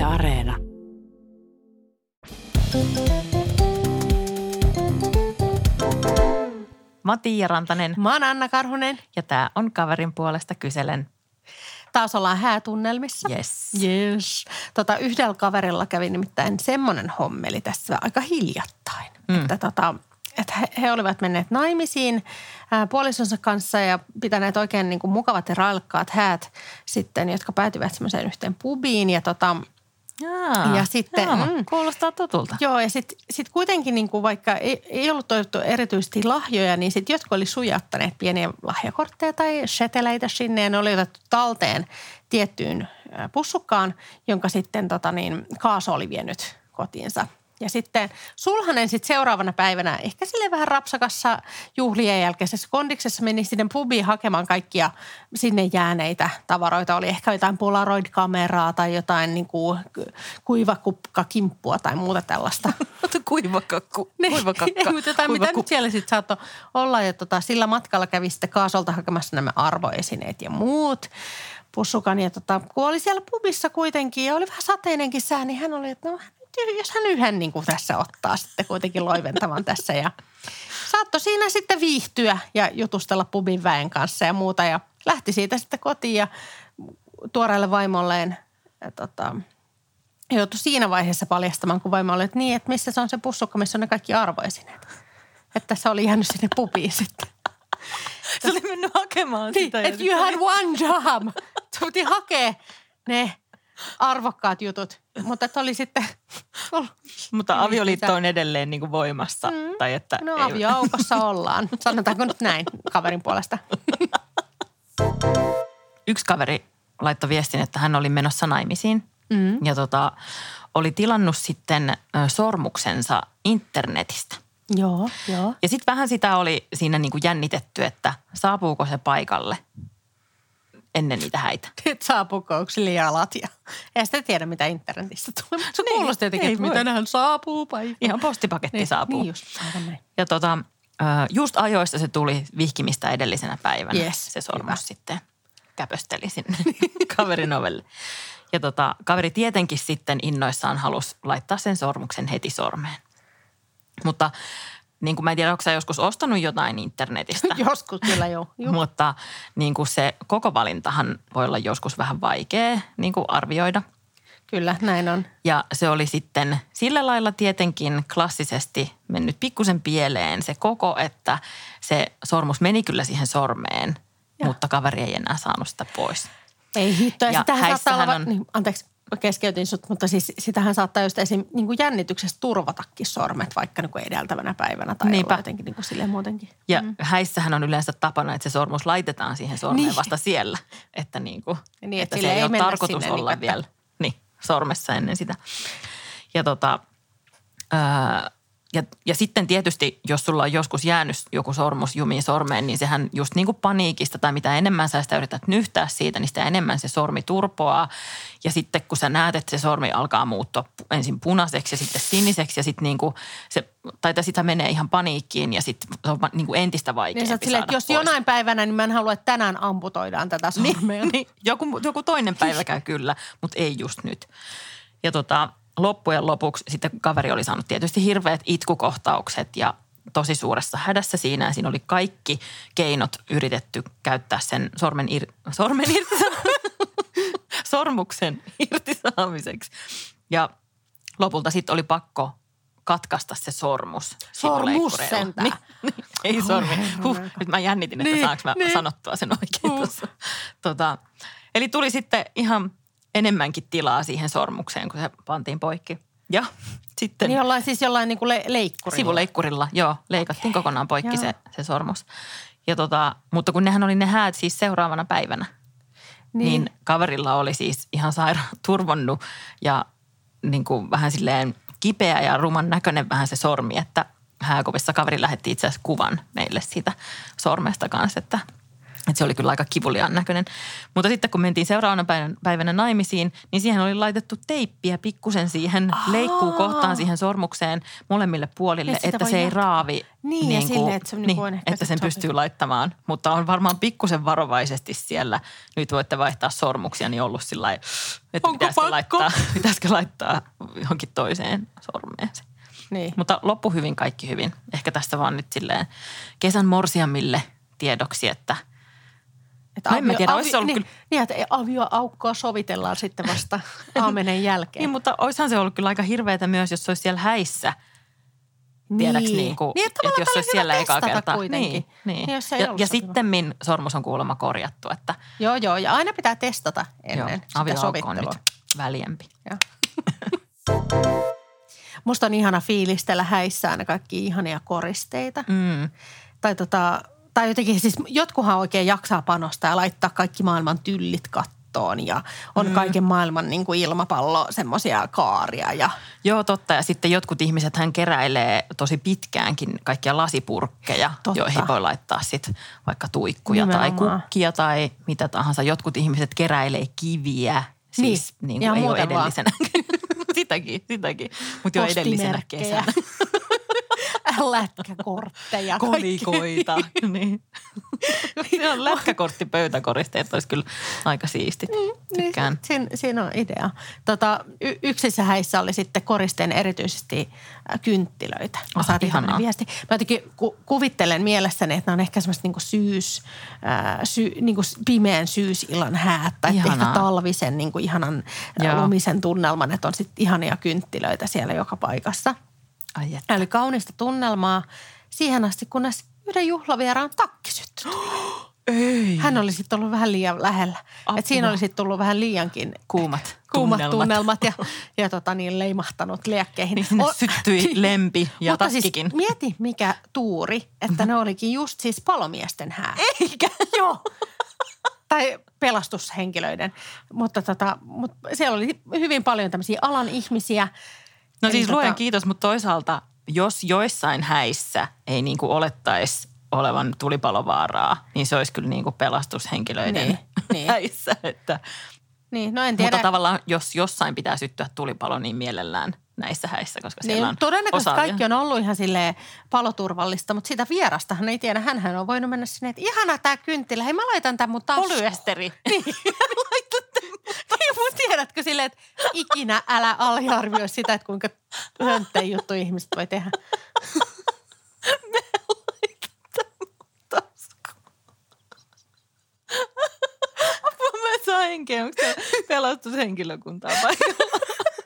Areena. Mä oon Tiia Rantanen. Mä oon Anna Karhunen. Ja tää on Kaverin puolesta kyselen. Taas ollaan häätunnelmissa. Yes. Yhdellä kaverilla kävi nimittäin semmoinen hommeli tässä aika hiljattain. Että he olivat menneet naimisiin puolisonsa kanssa ja pitäneet oikein niin kuin mukavat ja railkkaat häät sitten, jotka päätyvät semmoiseen yhteen pubiin ja Ja sitten, kuulostaa tutulta. Joo, ja sitten kuitenkin niin kuin vaikka ei ollut toivottu erityisesti lahjoja, niin sitten jotkut oli sujattaneet pieniä lahjakortteja tai seteleitä sinne ja ne oli otettu talteen tiettyyn pussukkaan, jonka sitten Kaaso oli vienyt kotiinsa. Ja sitten sulhanen sitten seuraavana päivänä ehkä silleen vähän rapsakassa juhlien jälkeisessä kondiksessa meni sinne pubiin hakemaan kaikkia sinne jääneitä tavaroita. Oli ehkä jotain Polaroid-kameraa tai jotain niin kuin kuivakukka-kimppua tai muuta tällaista. Kuivakakka. Mitä nyt siellä sitten saattoi olla. Ja sillä matkalla kävi sitten Kaasolta hakemassa nämä arvoesineet ja muut pussukan. Ja kun oli siellä pubissa kuitenkin ja oli vähän sateinenkin sää, niin hän oli, että jos hän yhden niin kuin tässä ottaa sitten kuitenkin loiventavan tässä ja saattoi siinä sitten viihtyä ja jutustella pubin väen kanssa ja muuta ja lähti siitä sitten kotiin ja tuoreelle vaimolleen joutui siinä vaiheessa paljastamaan, kun vaimo oli, että niin, että missä se on se pussukka, missä on ne kaikki arvoesineet. Että se oli jäänyt sinne pubiin sitten. Se oli mennyt hakemaan sitä. Että you had one job. Tultiin hakea ne arvokkaat jutut, mutta että oli sitten... Mutta avioliitto on edelleen niin kuin voimassa. Tai että no avioaukossa ollaan. Sanotaanko nyt näin kaverin puolesta? Yksi kaveri laittoi viestin, että hän oli menossa naimisiin. Ja oli tilannut sitten sormuksensa internetistä. Joo. Ja sitten vähän sitä oli siinä niin kuin jännitetty, että saapuuko se paikalle ennen niitä häitä. Nyt saapuuko, onko sille jalat ja ei sitä tiedä, mitä internetistä tulee. Se kuulosti jotenkin, että miten hän saapuu paikalle. Ihan postipaketti saapuu. Niin just, aivan näin. Ja just ajoista se tuli vihkimistä edellisenä päivänä. Yes, se sormus sitten käpösteli sinne kaverin ovelle. Ja kaveri tietenkin sitten innoissaan halusi laittaa sen sormuksen heti sormeen. Mutta niin kuin mä en tiedä, onko sä joskus ostanut jotain internetistä? Joskus kyllä joo. Mutta niin kuin se koko valintahan voi olla joskus vähän vaikea niin kuin arvioida. Kyllä, näin on. Ja se oli sitten sillä lailla tietenkin klassisesti mennyt pikkusen pieleen se koko, että se sormus meni kyllä siihen sormeen, mutta kaveri ei enää saanut sitä pois. Ei hitto. Ja sitähän saattaa olla, on... anteeksi, keskeytin sut, mutta siis sitähän saattaa just esim. Niin kuin jännityksestä turvatakin sormet vaikka niin kuin edeltävänä päivänä tai olla jotenkin niin kuin silleen muutenkin. Ja häissähän on yleensä tapana, että se sormus laitetaan siihen sormeen vasta siellä, että, että se ei ole tarkoitus sinne, olla vielä sormessa ennen sitä. Ja sitten tietysti, jos sulla on joskus jäänyt joku sormus jumiin sormeen, niin sehän just niin kuin paniikista tai mitä enemmän sä sitä yrität nyhtää siitä, niin sitä enemmän se sormi turpoaa. Ja sitten kun sä näet, että se sormi alkaa muuttua ensin punaiseksi ja sitten siniseksi ja sitten niin kuin sitä menee ihan paniikkiin ja sitten se on niin kuin entistä vaikeampi niin saada että jos pois. Jonain päivänä, niin mä en halua, että tänään amputoidaan tätä sormea. Niin. Joku toinen päivä käy kyllä, mutta ei just nyt. Ja loppujen lopuksi sitten kaveri oli saanut tietysti hirveät itkukohtaukset ja tosi suuressa hädässä siinä. Ja siinä oli kaikki keinot yritetty käyttää sen sormuksen irtisaamiseksi. Ja lopulta sitten oli pakko katkaista se sormus. Sormus sentään. Ei sormi. Nyt mä jännitin, että saanko mä sanottua sen oikein tuossa. Eli tuli sitten ihan enemmänkin tilaa siihen sormukseen, kun se pantiin poikki. Ja sitten... Niin jollain niin kuin leikkurilla. Sivuleikkurilla, joo. Leikattiin kokonaan poikki se sormus. Ja mutta kun nehän oli ne häät siis seuraavana päivänä, niin kaverilla oli siis ihan sairaan turvonnut ja niin kuin vähän silleen kipeä ja ruman näköinen vähän se sormi, että hääkopissa kaveri lähetti itse asiassa kuvan meille siitä sormesta kanssa, että Että se oli kyllä aika kivuliaan näköinen. Mutta sitten kun mentiin seuraavana päivänä naimisiin, niin siihen oli laitettu teippiä pikkusen siihen leikkuukohtaan siihen sormukseen molemmille puolille, että se ei raavi. Niin, ja silleen, että se on että sen pystyy laittamaan. Mutta on varmaan pikkusen varovaisesti siellä. Nyt voitte vaihtaa sormuksia, niin ollut sillä lailla, että pitäisikö laittaa johonkin toiseen sormeen se. Niin. Mutta loppu hyvin, kaikki hyvin. Ehkä tästä vaan nyt silleen kesän morsiamille tiedoksi, että en tiedä, olisi ollut kyllä. Niin, että avioaukkoa sovitellaan sitten vasta aamenen jälkeen. Niin, mutta olisihan se ollut kyllä aika hirveätä myös, jos se olisi siellä häissä. Tiedäks niin kuin, että jos se olisi siellä ekaa kertaa. Niin. Ja sittemmin sormus on kuulemma korjattu, että. Joo, ja aina pitää testata ennen sitä avioaukko on nyt väljempi. Musta on ihana fiilistellä häissä aina kaikki ihania koristeita. Tai jotenkin siis jotkuhan oikein jaksaa panostaa ja laittaa kaikki maailman tyllit kattoon ja on kaiken maailman niin kuin ilmapallo semmoisia kaaria. Joo, totta. Ja sitten jotkut ihmiset hän keräilee tosi pitkäänkin kaikkia lasipurkkeja, joihin voi laittaa sitten vaikka tuikkuja tai kukkia tai mitä tahansa. Jotkut ihmiset keräilee kiviä, siis niin kuin ei ole edellisenä. Sitäkin. Mutta jo edellisenä kesänä. Lätkäkortteja. Kolikoita. Niin. Se on lätkäkorttipöytäkoristeet, olisi kyllä aika siistit. Tykkään. Siinä on idea. Yksissä häissä oli sitten koristeen erityisesti kynttilöitä. Mä saatiin tämmöinen viesti. Mä jotenkin kuvittelen mielessäni, että ne on ehkä semmoista niinku pimeän syysillan häät. Tai ehkä talvisen niinku ihanan lumisen tunnelman, että on sitten ihania kynttilöitä siellä joka paikassa. Eli kaunista tunnelmaa siihen asti, kunnes yhden juhlavieraan takkisyttö tuli. Ei. Hän oli sitten ollut vähän liian lähellä. Että siinä oli sitten tullut vähän liiankin kuumat tunnelmat ja leimahtanut liekkeihin. Niin sinne syttyi lempi ja takkikin. Mutta siis mieti mikä tuuri, että ne olikin just siis palomiesten häät. Eikä. Joo. Tai pelastushenkilöiden. Mutta siellä oli hyvin paljon tämmöisiä alan ihmisiä. No siis luojan kiitos, mutta toisaalta jos joissain häissä ei niin kuin olettaisi olevan tulipalovaaraa, niin se olisi kyllä niin kuin pelastushenkilöiden häissä. Että. Niin, no en tiedä. Mutta tavallaan jos jossain pitää syttyä tulipalo, niin mielellään näissä häissä, koska siellä on todennäköisesti kaikki on ollut ihan silleen paloturvallista, mutta sitä vierasta hän ei tiedä. Hänhän on voinut mennä sinne, että ihana tää kynttilä. Hei, mä laitan tämän mun taskuun. Polyesteri. Niin, laitan tämän mun tiedätkö silleen, että ikinä älä aliarvioi sitä, että kuinka hönttejä juttu ihmiset voi tehdä. Mä laitan tämän mun taskuun. Apua, mä en saa henkeä. Onko se pelastushenkilökuntaa paikalla?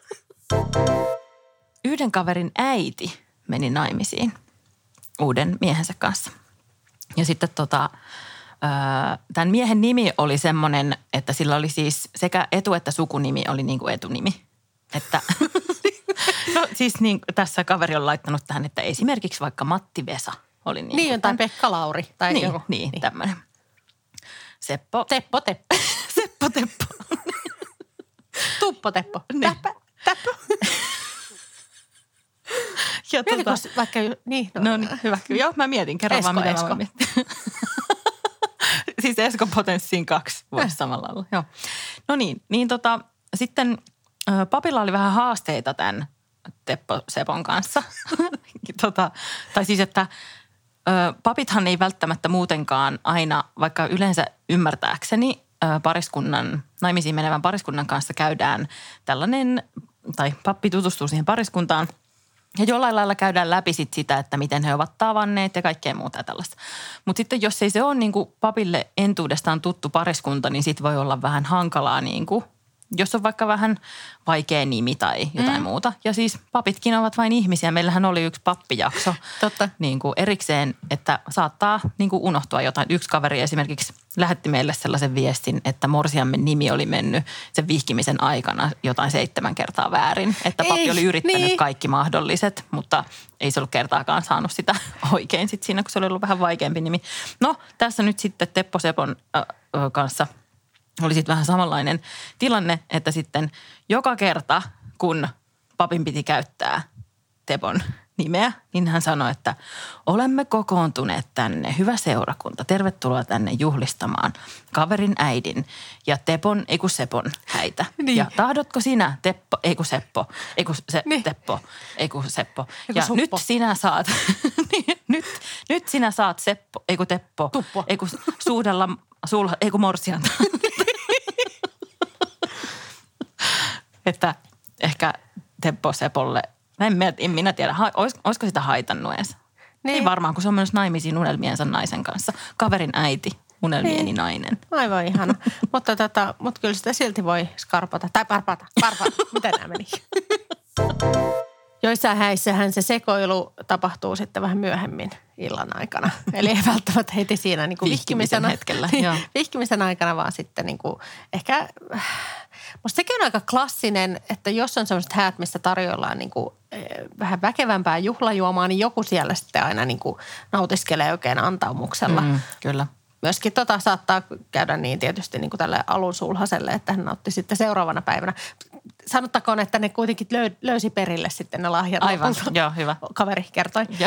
Yhden kaverin äiti meni naimisiin uuden miehensä kanssa. Ja sitten tämän miehen nimi oli semmoinen, että sillä oli siis sekä etu- että sukunimi oli niin kuin etunimi. Että, no siis niin, tässä kaveri on laittanut tähän, että esimerkiksi vaikka Matti Vesa oli niin. Niin, tai Pekka Lauri. Tai niin, joku. Niin, tämmöinen. Seppo Teppo. Seppo Teppo. Tuppo Teppo. Niin. Täppö. Ja vaikka, niin. No niin, hyvä. Joo, mä mietin. Kerro vaan, mitä mä voin miettiä. Siis Esko Potenssiin 2 voisi samalla olla. Joo. No niin sitten papilla oli vähän haasteita tämän Teppo Sepon kanssa. Tai siis, että papithan ei välttämättä muutenkaan aina, vaikka yleensä ymmärtääkseni naimisiin menevän pariskunnan kanssa käydään tällainen, tai pappi tutustuu siihen pariskuntaan. Ja jollain lailla käydään läpi sitä, että miten he ovat tavanneet ja kaikkea muuta tällaista. Mutta sitten jos ei se ole niin kuin papille entuudestaan tuttu pariskunta, niin sitten voi olla vähän hankalaa, niin kuin, jos on vaikka vähän vaikea nimi tai jotain muuta. Ja siis papitkin ovat vain ihmisiä. Meillähän oli yksi pappijakso niin kuin erikseen, että saattaa niin kuin unohtua jotain. Yksi kaveri esimerkiksi lähetti meille sellaisen viestin, että morsiamme nimi oli mennyt sen vihkimisen aikana jotain 7 kertaa väärin. Että pappi oli yrittänyt kaikki mahdolliset, mutta ei se ollut kertaakaan saanut sitä oikein sitten siinä, kun se oli ollut vähän vaikeampi nimi. No, tässä nyt sitten Teppo Sepon kanssa oli sitten vähän samanlainen tilanne, että sitten joka kerta, kun papin piti käyttää Tepon nimeä, niin hän sanoi, että olemme kokoontuneet tänne, hyvä seurakunta, tervetuloa tänne juhlistamaan kaverin äidin ja Sepon häitä. Niin. Ja tahdotko sinä, Teppo, Seppo, Teppo, Seppo. Ja suppo. nyt sinä saat, nyt sinä saat Seppo, Teppo, Tuppo. suudella, morsianta. Että ehkä Teppo Sepolle, en minä tiedä, olisiko sitä haitannut edes. Niin. Ei varmaan, kun se on myös naimisiin unelmiensa naisen kanssa. Kaverin äiti, unelmieni Niin. nainen. Aivan ihana. mutta kyllä sitä silti voi skarpata. Tai parpata. Miten nämä meni? Joissain häissähän se sekoilu tapahtuu sitten vähän myöhemmin illan aikana. Eli ei välttämättä heti siinä niin kuin Vihkimisen hetkellä, joo. Vihkimisen aikana, vaan sitten niin kuin ehkä... Musta sekin on aika klassinen, että jos on sellaiset häät, missä tarjoillaan niin kuin vähän väkevämpää juhlajuomaa, niin joku siellä sitten aina niin kuin nautiskelee oikein antaumuksella. Kyllä. Myöskin saattaa käydä niin tietysti niin kuin tälle alun sulhaselle, että hän nautti sitten seuraavana päivänä. Sanottakoon, että ne kuitenkin löysi perille sitten ne lahjat. Aivan, joo, hyvä. Kaveri kertoi. Ja.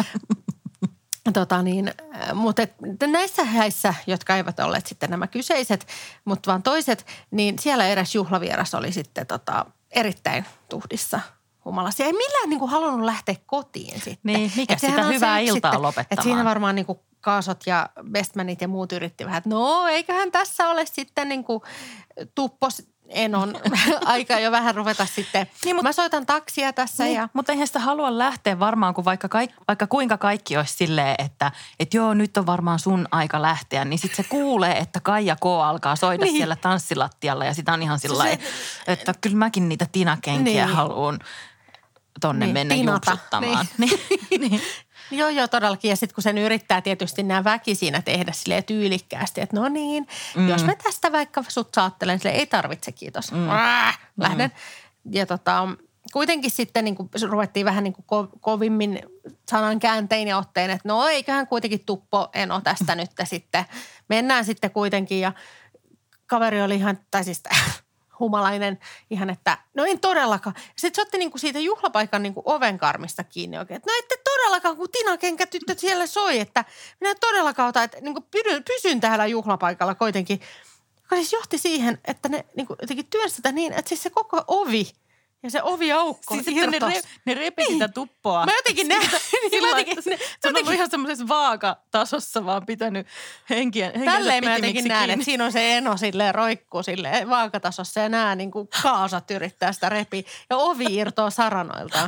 Mutta näissä häissä, jotka eivät olleet sitten nämä kyseiset, mutta vaan toiset, niin siellä eräs juhlavieras oli sitten erittäin tuhdissa humalassa. Ei millään niin kuin halunnut lähteä kotiin sitten. Niin, mikä sitä hyvää iltaa lopettamaan. Että siinä varmaan niin kuin kaasot ja bestmanit ja muut yritti vähän, että no eiköhän tässä ole sitten niin kuin tuppos enon aika jo vähän ruveta sitten. Niin, mä soitan taksia tässä. Niin, mutta eihän sitä halua lähteä varmaan, kun vaikka kuinka kaikki olisi silleen, että joo, nyt on varmaan sun aika lähteä. Niin sitten se kuulee, että Kaija K. alkaa soida siellä tanssilattialla ja sitä on ihan sillä että kyllä mäkin niitä tinakenkiä haluan tonne mennä juoksuttamaan. Niin. Joo, todellakin. Ja sitten kun sen yrittää tietysti nämä väki siinä tehdä silleen tyylikkäästi, että no niin, jos mä tästä vaikka sut saattelen, silleen ei tarvitse, kiitos. Lähden. Ja kuitenkin sitten niin kuin ruvettiin vähän niin kuin kovimmin sanan kääntein ja ottein, että no eiköhän kuitenkin tuppo eno tästä nyt sitten. Mennään sitten kuitenkin ja kaveri oli ihan, tai siis humalainen ihan, että no en todellakaan. Sitten se otti niinku siitä juhlapaikan niinku ovenkarmista kiinni oikein. Että no ette todellakaan, kun Tina-kenkätyttö siellä soi, että minä en todellakaan ota, että niinku pysyn täällä juhlapaikalla kuitenkin. Joka siis johti siihen, että ne niinku jotenkin työnsi sitä niin, että siis se koko ovi ja se oviaukko siis irtosi. Ne repi sitä tuppoa. Mä jotenkin näin. Se on ollut ihan semmoisessa vaakatasossa vaan pitänyt Tälleen mä jotenkin näen, että siinä on se eno silleen roikkuu silleen vaakatasossa ja nämä niin kuin kaasat yrittää sitä repiä ja ovi irtoaa saranoiltaan.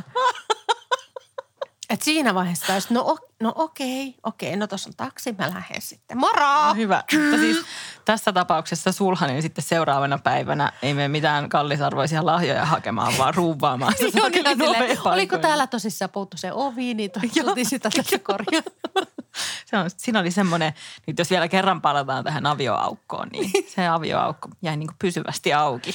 Et siinä vaiheessa taisi, no okei, no tuossa on taksi, mä lähden sitten. Moro! No hyvä. Mutta siis tässä tapauksessa sulhanen sitten seuraavana päivänä ei mene mitään kallisarvoisia lahjoja hakemaan, vaan ruuvaamaan. Oliko täällä tosissaan puuttu se ovi, niin tultiin sitä tässä korjaa. Siinä oli semmoinen, nyt jos vielä kerran palataan tähän avioaukkoon, niin se avioaukko jäi niin kuin pysyvästi auki.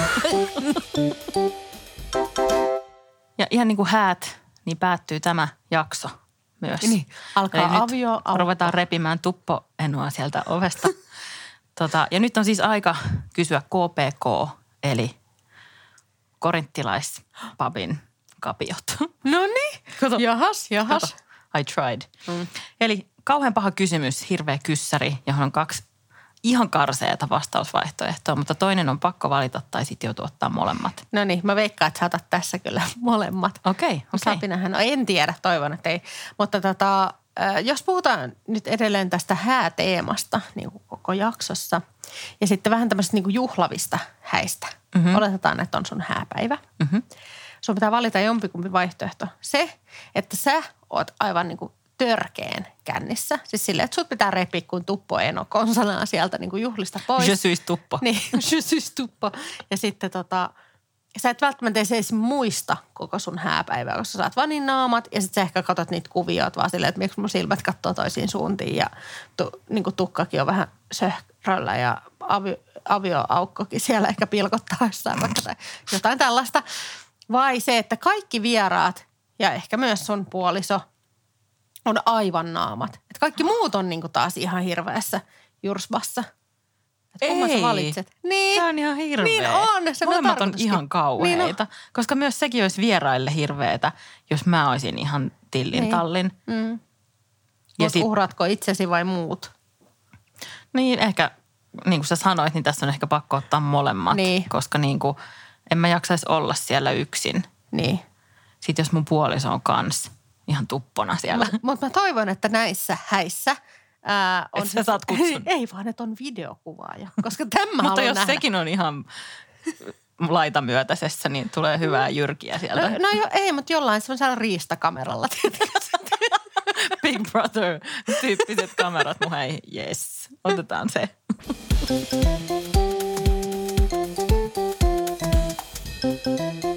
Ja ihan niin kuin häät, niin päättyy tämä jakso myös. Niin, alkaa avioaukko. Ruvetaan repimään tuppoenoa sieltä ovesta. Ja nyt on siis aika kysyä KPK, eli korinttilaispabin kapiot. No niin, jahas. Kato, I tried. Eli kauhean paha kysymys, hirveä kyssäri, johon on 2 ihan karseeta vastausvaihtoehtoa, mutta toinen on pakko valita tai sitten joutuu ottaa molemmat. No niin, mä veikkaan, että sä otat tässä kyllä molemmat. Okei. Sapinahan, en tiedä, toivon, että ei. Mutta jos puhutaan nyt edelleen tästä hääteemasta niin kuin koko jaksossa ja sitten vähän tämmöistä niin kuin juhlavista häistä. Oletetaan, että on sun hääpäivä. Sun pitää valita jompikumpi vaihtoehto. Se, että sä oot aivan niin kuin törkeen kännissä. Siis silleen, että sut pitää repiä kuin tuppo eno konsanaa sieltä niin kuin juhlista pois. Je suis tuppo. Niin, je suis tuppo. Ja sitten sä et välttämättä edes muista koko sun hääpäivää, koska sä saat vaan niin naamat ja sitten sä ehkä katsot niitä kuvioita vaan silleen, että miksi mun silmät katsoo toisiin suuntiin ja niin kuin tukkakin on vähän söhröllä ja avioaukkokin siellä ehkä pilkottaa jossain vaikka tai jotain tällaista. Vai se, että kaikki vieraat ja ehkä myös sun puoliso on aivan naamat. Että kaikki muut on niinku taas ihan hirveässä jursvassa. Että kumman sä valitset? Niin. Tämä on ihan hirveä. Niin on. Molemmat on ihan kauheita. Niin koska myös sekin olisi vieraille hirveetä, jos mä olisin ihan tillin tallin. Ja uhraatko itsesi vai muut? Niin ehkä, niin kuin sä sanoit, niin tässä on ehkä pakko ottaa molemmat. Niin. Koska niin kuin, en mä jaksaisi olla siellä yksin. Niin. Sitten jos mun puoliso on kans ihan tuppona siellä. Mutta mä toivon, että näissä häissä on... Että sä saat kutsun. Ei vaan, että on videokuvaaja, koska tämä Mutta haluan jos nähdä. sekin on ihan laitamyötäisessä, niin tulee hyvää jyrkiä sieltä. No ei, mutta jollain semmoisella riistakameralla. Big Brother-tyyppiset kamerat. No hei, yes, otetaan se.